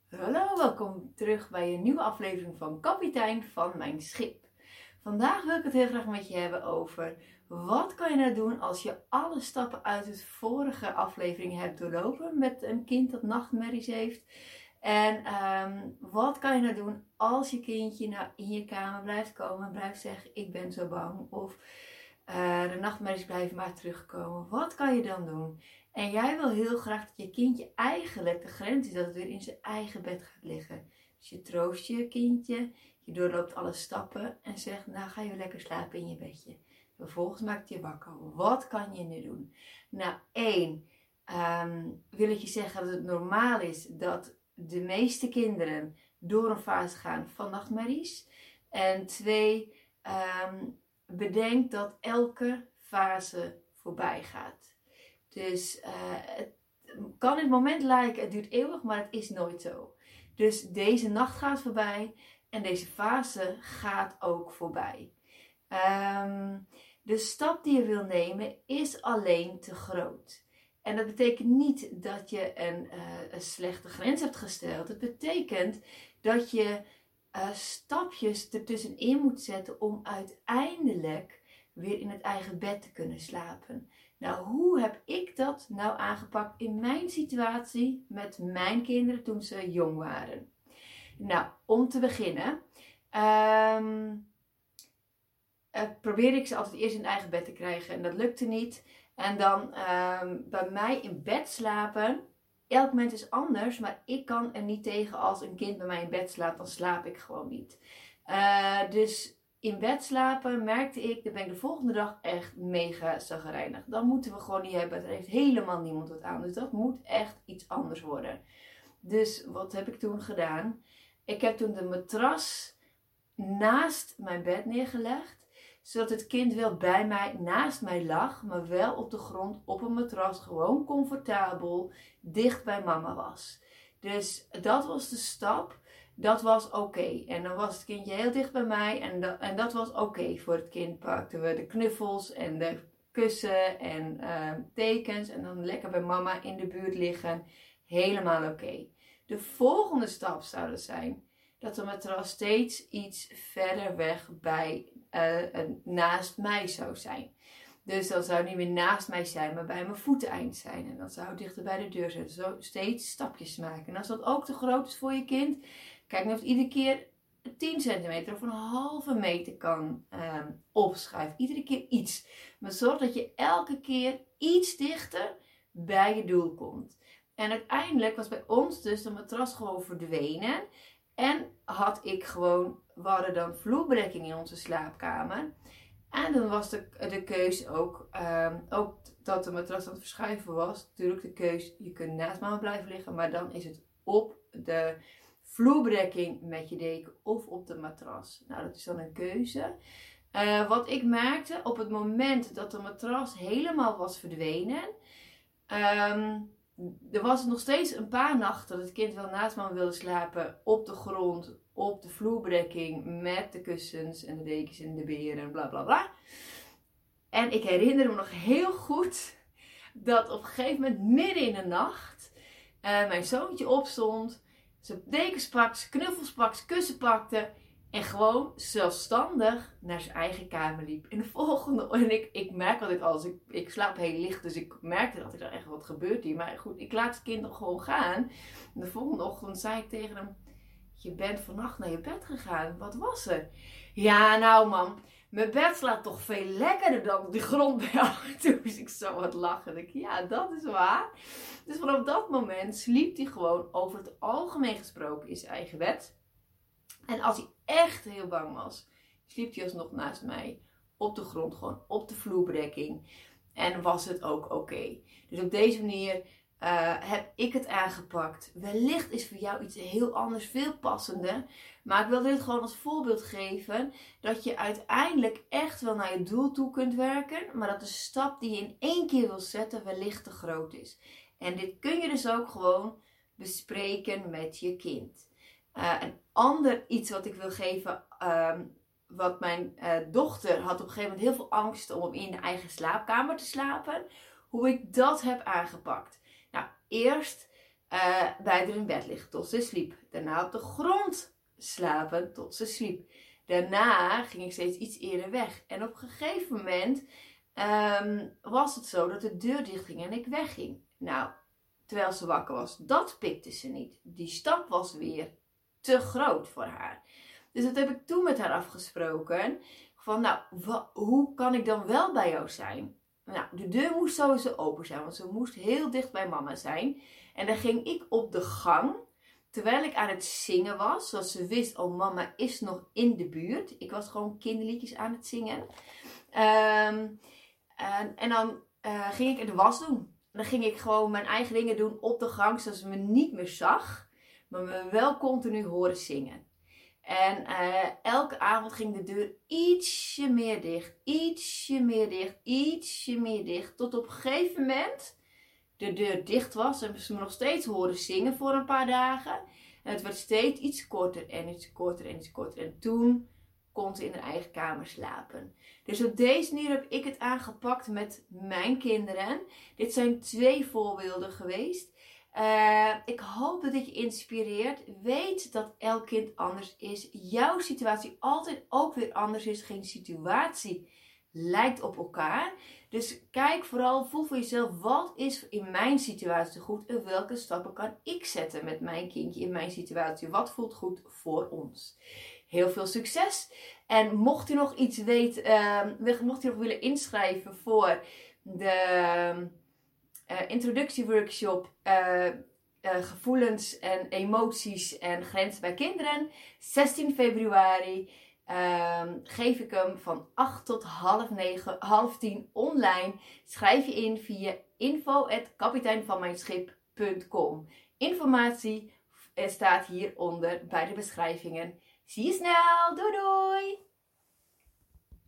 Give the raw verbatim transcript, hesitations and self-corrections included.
Hallo, welkom terug bij een nieuwe aflevering van Kapitein van Mijn Schip. Vandaag wil ik het heel graag met je hebben over wat kan je nou doen als je alle stappen uit het vorige aflevering hebt doorlopen met een kind dat nachtmerries heeft. En um, wat kan je nou doen als je kindje nou in je kamer blijft komen en blijft zeggen ik ben zo bang of uh, de nachtmerries blijven maar terugkomen. Wat kan je dan doen? En jij wil heel graag dat je kindje eigenlijk de grens is dat het weer in zijn eigen bed gaat liggen. Dus je troost je kindje, je doorloopt alle stappen en zegt nou ga je lekker slapen in je bedje. Vervolgens maakt je wakker. Wat kan je nu doen? Nou één, um, wil ik je zeggen dat het normaal is dat de meeste kinderen door een fase gaan van nachtmerries. En twee, um, bedenk dat elke fase voorbij gaat. Dus uh, het kan in het moment lijken, het duurt eeuwig, maar het is nooit zo. Dus deze nacht gaat voorbij en deze fase gaat ook voorbij. Um, de stap die je wil nemen is alleen te groot. En dat betekent niet dat je een, uh, een slechte grens hebt gesteld. Het betekent dat je uh, stapjes ertussenin moet zetten om uiteindelijk weer in het eigen bed te kunnen slapen. Nou, hoe heb ik dat nou aangepakt in mijn situatie met mijn kinderen toen ze jong waren? Nou, om te beginnen, um, uh, probeerde ik ze altijd eerst in het eigen bed te krijgen en dat lukte niet. En dan um, bij mij in bed slapen, elk moment is anders, maar ik kan er niet tegen als een kind bij mij in bed slaapt, dan slaap ik gewoon niet. Uh, dus in bed slapen merkte ik, dan ben ik de volgende dag echt mega chagrijnig. Dat moeten we gewoon niet hebben. Er heeft helemaal niemand wat aan. Dus dat moet echt iets anders worden. Dus wat heb ik toen gedaan? Ik heb toen de matras naast mijn bed neergelegd. Zodat het kind wel bij mij, naast mij lag. Maar wel op de grond, op een matras. Gewoon comfortabel, dicht bij mama was. Dus dat was de stap. Dat was oké. Okay. En dan was het kindje heel dicht bij mij. En, dat, en dat was oké okay. Voor het kind pakten we de knuffels en de kussen en uh, tekens. En dan lekker bij mama in de buurt liggen. Helemaal oké. Okay. De volgende stap zou dus zijn dat de matras steeds iets verder weg bij, uh, uh, naast mij zou zijn. Dus dan zou het niet meer naast mij zijn, maar bij mijn voeteneind zijn. En dan zou het dichter bij de deur zijn. Zo steeds stapjes maken. En als dat ook te groot is voor je kind, kijk nu of het iedere keer tien centimeter of een halve meter kan um, opschuiven. Iedere keer iets. Maar zorg dat je elke keer iets dichter bij je doel komt. En uiteindelijk was bij ons dus de matras gewoon verdwenen. En had ik gewoon, we hadden dan vloerbedekking in onze slaapkamer. En dan was de, de keus ook, um, ook dat de matras aan het verschuiven was. Natuurlijk de keus, je kunt naast mama blijven liggen, maar dan is het op de vloerbedekking met je deken of op de matras. Nou, dat is dan een keuze. Uh, wat ik merkte, op het moment dat de matras helemaal was verdwenen, um, er was nog steeds een paar nachten dat het kind wel naast me wilde slapen op de grond, op de vloerbedekking met de kussens en de dekens en de beren en bla bla bla. En ik herinner me nog heel goed dat op een gegeven moment midden in de nacht uh, mijn zoontje opstond, zijn dekens pakte, zijn knuffels pakte, zijn kussen pakte en gewoon zelfstandig naar zijn eigen kamer liep. En de volgende, en ik, ik merk altijd als ik, ik slaap heel licht, dus ik merkte dat ik dacht echt wat gebeurt hier. Maar goed, ik laat het kind nog gewoon gaan. En de volgende ochtend zei ik tegen hem, je bent vannacht naar je bed gegaan, wat was er? Ja, nou man, mijn bed slaat toch veel lekkerder dan op die grond bij jou. Toen moest ik zo wat lachen. Ik, ja, dat is waar. Dus vanaf dat moment sliep hij gewoon over het algemeen gesproken in zijn eigen bed. En als hij echt heel bang was, sliep hij alsnog naast mij op de grond, gewoon op de vloerbedekking. En was het ook oké. Okay. Dus op deze manier uh, heb ik het aangepakt. Wellicht is voor jou iets heel anders, veel passender. Maar ik wil dit gewoon als voorbeeld geven. Dat je uiteindelijk echt wel naar je doel toe kunt werken. Maar dat de stap die je in één keer wil zetten wellicht te groot is. En dit kun je dus ook gewoon bespreken met je kind. Uh, een ander iets wat ik wil geven, um, wat mijn uh, dochter had op een gegeven moment heel veel angst om in de eigen slaapkamer te slapen. Hoe ik dat heb aangepakt. Nou, eerst Uh, bij haar in bed liggen tot ze sliep. Daarna op de grond slapen tot ze sliep. Daarna ging ik steeds iets eerder weg. En op een gegeven moment um, was het zo dat de deur dicht ging en ik wegging. Nou, terwijl ze wakker was, dat pikte ze niet. Die stap was weer te groot voor haar. Dus dat heb ik toen met haar afgesproken. Van nou, hoe kan ik dan wel bij jou zijn? Nou, de deur moest sowieso open zijn, want ze moest heel dicht bij mama zijn. En dan ging ik op de gang, terwijl ik aan het zingen was. Zoals ze wist, oh mama is nog in de buurt. Ik was gewoon kinderliedjes aan het zingen. Um, en, en dan uh, ging ik de was doen. Dan ging ik gewoon mijn eigen dingen doen op de gang, zodat ze me niet meer zag. Maar me wel continu horen zingen. En uh, elke avond ging de deur ietsje meer dicht, ietsje meer dicht, ietsje meer dicht. Tot op een gegeven moment de deur dicht was en ze me nog steeds horen zingen voor een paar dagen. En het werd steeds iets korter en iets korter en iets korter. En toen kon ze in haar eigen kamer slapen. Dus op deze manier heb ik het aangepakt met mijn kinderen. Dit zijn twee voorbeelden geweest. Uh, ik hoop dat dit je inspireert. Weet dat elk kind anders is. Jouw situatie altijd ook weer anders is. Geen situatie lijkt op elkaar. Dus kijk vooral, voel voor jezelf, wat is in mijn situatie goed en welke stappen kan ik zetten met mijn kindje in mijn situatie. Wat voelt goed voor ons? Heel veel succes. En mocht u nog iets weten, uh, mocht u nog willen inschrijven voor de uh, introductieworkshop uh, uh, gevoelens en emoties en grenzen bij kinderen, zestien februari. Um, geef ik hem van acht tot half negen, half tien online. Schrijf je in via info at kapiteinvanmijnschip punt com. Informatie staat hieronder bij de beschrijvingen. Zie je snel. Doei doei!